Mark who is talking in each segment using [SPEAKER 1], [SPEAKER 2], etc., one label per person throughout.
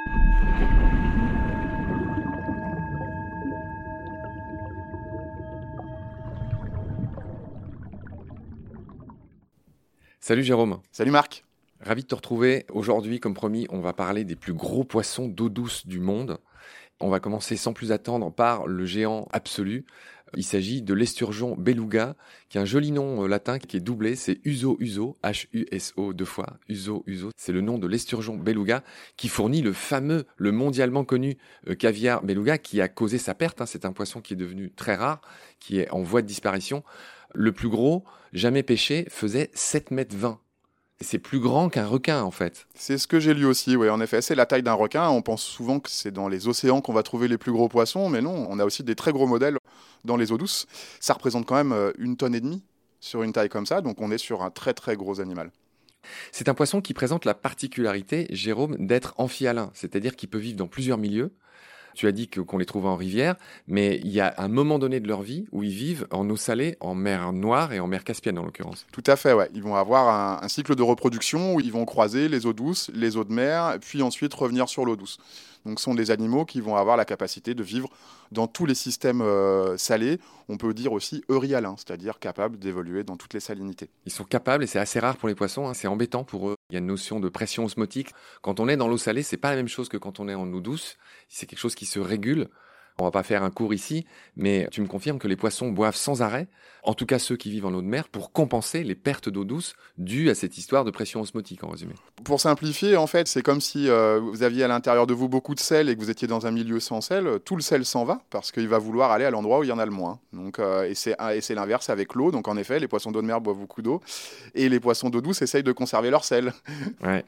[SPEAKER 1] Salut Jérôme,
[SPEAKER 2] Salut Marc.
[SPEAKER 1] ravi de te retrouver. Aujourd'hui, comme promis, on va parler des plus gros poissons d'eau douce du monde. On va commencer sans plus attendre par le géant absolu. Il s'agit de l'esturgeon beluga, qui a un joli nom latin qui est doublé, c'est Uso Uso, H-U-S-O deux fois, Uso Uso. C'est le nom de l'esturgeon beluga qui fournit le fameux, le mondialement connu caviar beluga qui a causé sa perte. C'est un poisson qui est devenu très rare, qui est en voie de disparition. Le plus gros, jamais pêché, faisait 7,20 m. C'est plus grand qu'un requin, en fait.
[SPEAKER 2] C'est ce que j'ai lu aussi, oui, en effet, c'est la taille d'un requin. On pense souvent que c'est dans les océans qu'on va trouver les plus gros poissons, mais non, on a aussi des très gros modèles dans les eaux douces. Ça représente quand même 1,5 tonne sur une taille comme ça, donc on est sur un très très gros animal.
[SPEAKER 1] C'est un poisson qui présente la particularité, Jérôme, d'être amphihalin, c'est-à-dire qu'il peut vivre dans plusieurs milieux. Tu as dit qu'on les trouve en rivière, mais il y a un moment donné de leur vie où ils vivent en eau salée, en mer Noire et en mer Caspienne en l'occurrence.
[SPEAKER 2] Tout à fait, ouais. Ils vont avoir un cycle de reproduction où ils vont croiser les eaux douces, les eaux de mer, puis ensuite revenir sur l'eau douce. Donc ce sont des animaux qui vont avoir la capacité de vivre dans tous les systèmes salés. On peut dire aussi euryalins, c'est-à-dire capables d'évoluer dans toutes les salinités.
[SPEAKER 1] Ils sont capables, et c'est assez rare pour les poissons, c'est embêtant pour eux. Il y a une notion de pression osmotique. Quand on est dans l'eau salée, c'est pas la même chose que quand on est en eau douce. C'est quelque chose qui se régule. On va pas faire un cours ici, mais tu me confirmes que les poissons boivent sans arrêt, en tout cas ceux qui vivent en eau de mer, pour compenser les pertes d'eau douce dues à cette histoire de pression osmotique, en résumé.
[SPEAKER 2] Pour simplifier, en fait, c'est comme si vous aviez à l'intérieur de vous beaucoup de sel et que vous étiez dans un milieu sans sel. Tout le sel s'en va parce qu'il va vouloir aller à l'endroit où il y en a le moins. Donc, et c'est l'inverse avec l'eau. Donc, en effet, les poissons d'eau de mer boivent beaucoup d'eau et les poissons d'eau douce essayent de conserver leur sel.
[SPEAKER 1] Ouais.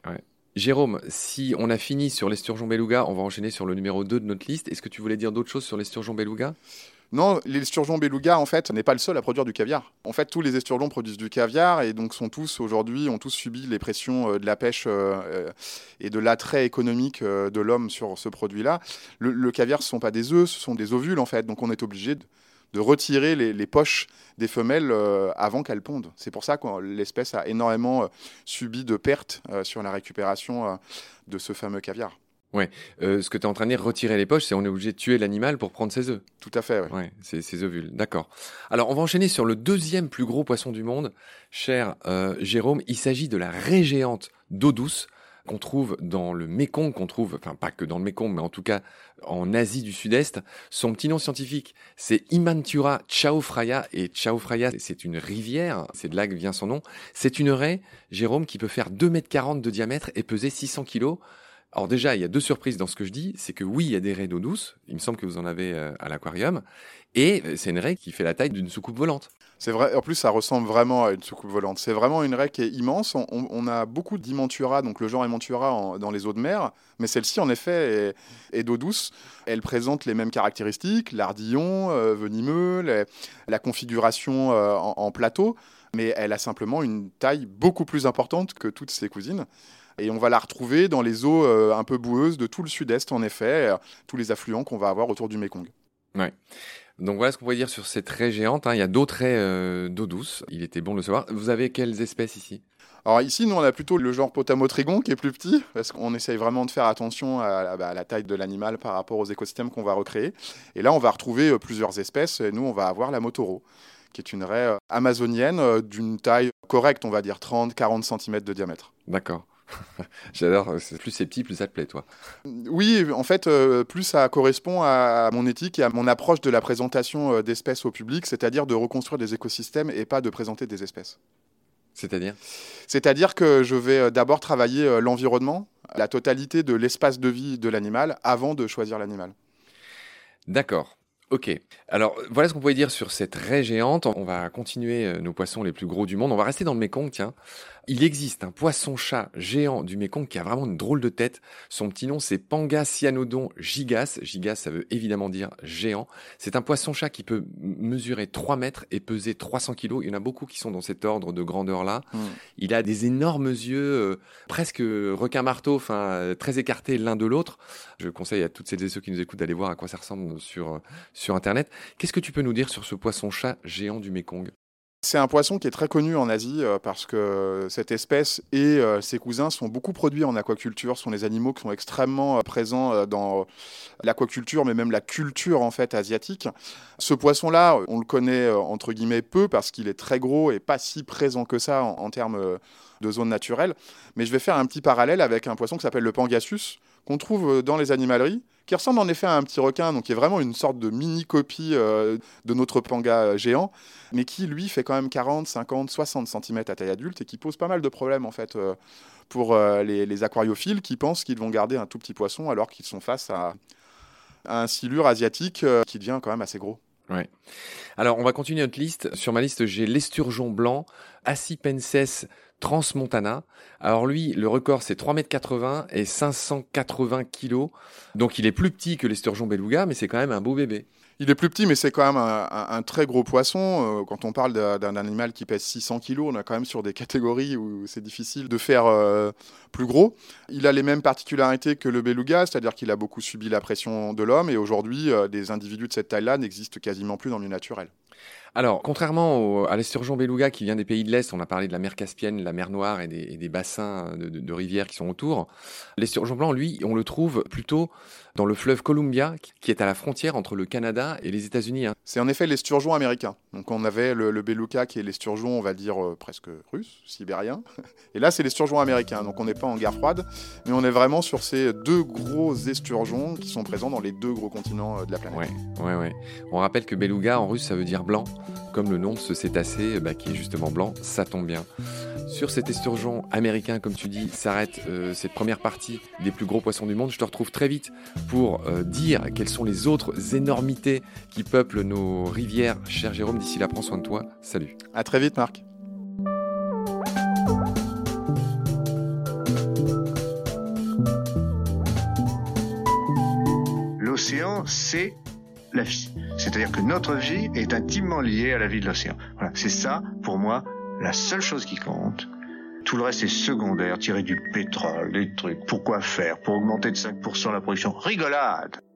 [SPEAKER 1] Jérôme, si on a fini sur l'esturgeon beluga, on va enchaîner sur le numéro 2 de notre liste. Est-ce que tu voulais dire d'autres choses sur l'esturgeon beluga?
[SPEAKER 2] Non, l'esturgeon beluga, en fait, n'est pas le seul à produire du caviar. En fait, tous les esturgeons produisent du caviar et donc ont tous subi les pressions de la pêche et de l'attrait économique de l'homme sur ce produit-là. Le caviar, ce ne sont pas des œufs, ce sont des ovules, en fait. Donc, on est obligé de retirer les poches des femelles avant qu'elles pondent. C'est pour ça que l'espèce a énormément subi de pertes sur la récupération de ce fameux caviar.
[SPEAKER 1] Ouais. Ce que tu es en train de dire, retirer les poches, c'est on est obligé de tuer l'animal pour prendre ses œufs.
[SPEAKER 2] Tout à fait, oui.
[SPEAKER 1] Ouais, c'est ses ovules. D'accord. Alors, on va enchaîner sur le deuxième plus gros poisson du monde. Cher Jérôme, il s'agit de la raie géante d'eau douce qu'on trouve dans le Mékong, enfin pas que dans le Mékong, mais en tout cas en Asie du Sud-Est. Son petit nom scientifique, c'est Imantura chaophraya. Et chaophraya, c'est une rivière, c'est de là que vient son nom. C'est une raie, Jérôme, qui peut faire 2,40 m de diamètre et peser 600 kg. Alors déjà, il y a deux surprises dans ce que je dis. C'est que oui, il y a des raies d'eau douce. Il me semble que vous en avez à l'aquarium. Et c'est une raie qui fait la taille d'une soucoupe volante.
[SPEAKER 2] C'est vrai, en plus ça ressemble vraiment à une soucoupe volante. C'est vraiment une raie qui est immense. On a beaucoup d'Imantura, donc le genre Imantura dans les eaux de mer, mais celle-ci en effet est d'eau douce. Elle présente les mêmes caractéristiques, l'ardillon venimeux, la configuration en plateau, mais elle a simplement une taille beaucoup plus importante que toutes ses cousines. Et on va la retrouver dans les eaux un peu boueuses de tout le sud-est, en effet, tous les affluents qu'on va avoir autour du Mékong.
[SPEAKER 1] Ouais. Donc voilà ce qu'on pourrait dire sur cette raie géante. Il y a d'autres raies d'eau douce. Il était bon de le savoir. Vous avez quelles espèces ici?
[SPEAKER 2] Alors ici, nous, on a plutôt le genre Potamotrigon qui est plus petit, parce qu'on essaye vraiment de faire attention à la taille de l'animal par rapport aux écosystèmes qu'on va recréer. Et là, on va retrouver plusieurs espèces. Et nous, on va avoir la Motoro, qui est une raie amazonienne d'une taille correcte, on va dire 30-40 cm de diamètre.
[SPEAKER 1] D'accord. J'adore. Plus c'est petit, plus ça te plaît, toi.
[SPEAKER 2] Oui, en fait, plus ça correspond à mon éthique et à mon approche de la présentation d'espèces au public, c'est-à-dire de reconstruire des écosystèmes et pas de présenter des espèces.
[SPEAKER 1] C'est-à-dire?
[SPEAKER 2] C'est-à-dire que je vais d'abord travailler l'environnement, la totalité de l'espace de vie de l'animal, avant de choisir l'animal.
[SPEAKER 1] D'accord. Ok. Alors, voilà ce qu'on pouvait dire sur cette raie géante. On va continuer nos poissons les plus gros du monde. On va rester dans le Mékong, tiens. Il existe un poisson-chat géant du Mékong qui a vraiment une drôle de tête. Son petit nom, c'est Pangasianodon gigas. Gigas, ça veut évidemment dire géant. C'est un poisson-chat qui peut mesurer 3 mètres et peser 300 kilos. Il y en a beaucoup qui sont dans cet ordre de grandeur-là. Il a des énormes yeux, presque requin-marteau, très écartés l'un de l'autre. Je conseille à toutes celles et ceux qui nous écoutent d'aller voir à quoi ça ressemble sur Internet. Qu'est-ce que tu peux nous dire sur ce poisson-chat géant du Mékong?
[SPEAKER 2] C'est un poisson qui est très connu en Asie parce que cette espèce et ses cousins sont beaucoup produits en aquaculture. Ce sont des animaux qui sont extrêmement présents dans l'aquaculture, mais même la culture en fait asiatique. Ce poisson-là, on le connaît entre guillemets peu parce qu'il est très gros et pas si présent que ça en termes de zone naturelle. Mais je vais faire un petit parallèle avec un poisson qui s'appelle le Pangasius, qu'on trouve dans les animaleries, qui ressemble en effet à un petit requin, donc qui est vraiment une sorte de mini-copie de notre panga géant, mais qui, lui, fait quand même 40, 50, 60 cm à taille adulte et qui pose pas mal de problèmes, en fait, pour les aquariophiles qui pensent qu'ils vont garder un tout petit poisson alors qu'ils sont face à un silure asiatique qui devient quand même assez gros.
[SPEAKER 1] Ouais. Alors, on va continuer notre liste. Sur ma liste, j'ai l'esturgeon blanc, Acipenses transmontana. Alors lui, le record, c'est 3,80 m et 580 kg. Donc, il est plus petit que l'esturgeon beluga, mais c'est quand même un beau bébé.
[SPEAKER 2] Il est plus petit, mais c'est quand même un très gros poisson. Quand on parle d'un animal qui pèse 600 kg, on est quand même sur des catégories où c'est difficile de faire plus gros. Il a les mêmes particularités que le beluga, c'est-à-dire qu'il a beaucoup subi la pression de l'homme, et aujourd'hui, des individus de cette taille-là n'existent quasiment plus dans le milieu naturel.
[SPEAKER 1] Alors, contrairement à l'esturgeon beluga qui vient des pays de l'Est, on a parlé de la mer Caspienne, la mer Noire et des bassins de rivières qui sont autour, l'esturgeon blanc, lui, on le trouve plutôt dans le fleuve Columbia, qui est à la frontière entre le Canada et les États-Unis.
[SPEAKER 2] C'est en effet l'esturgeon américain. Donc on avait le beluga qui est l'esturgeon, on va dire, presque russe, sibérien. Et là, c'est l'esturgeon américain. Donc on n'est pas en guerre froide, mais on est vraiment sur ces deux gros esturgeons qui sont présents dans les deux gros continents de la planète.
[SPEAKER 1] Ouais. On rappelle que beluga, en russe, ça veut dire blanc, comme le nom de ce cétacé qui est justement blanc, ça tombe bien. Sur cet esturgeon américain, comme tu dis, s'arrête cette première partie des plus gros poissons du monde. Je te retrouve très vite pour dire quelles sont les autres énormités qui peuplent nos rivières. Cher Jérôme, d'ici là, prends soin de toi. Salut.
[SPEAKER 2] À très vite, Marc.
[SPEAKER 3] L'océan, c'est la vie. C'est-à-dire que notre vie est intimement liée à la vie de l'océan. Voilà, c'est ça, pour moi, la seule chose qui compte. Tout le reste est secondaire, tirer du pétrole, des trucs. Pourquoi faire? Pour augmenter de 5% la production? Rigolade!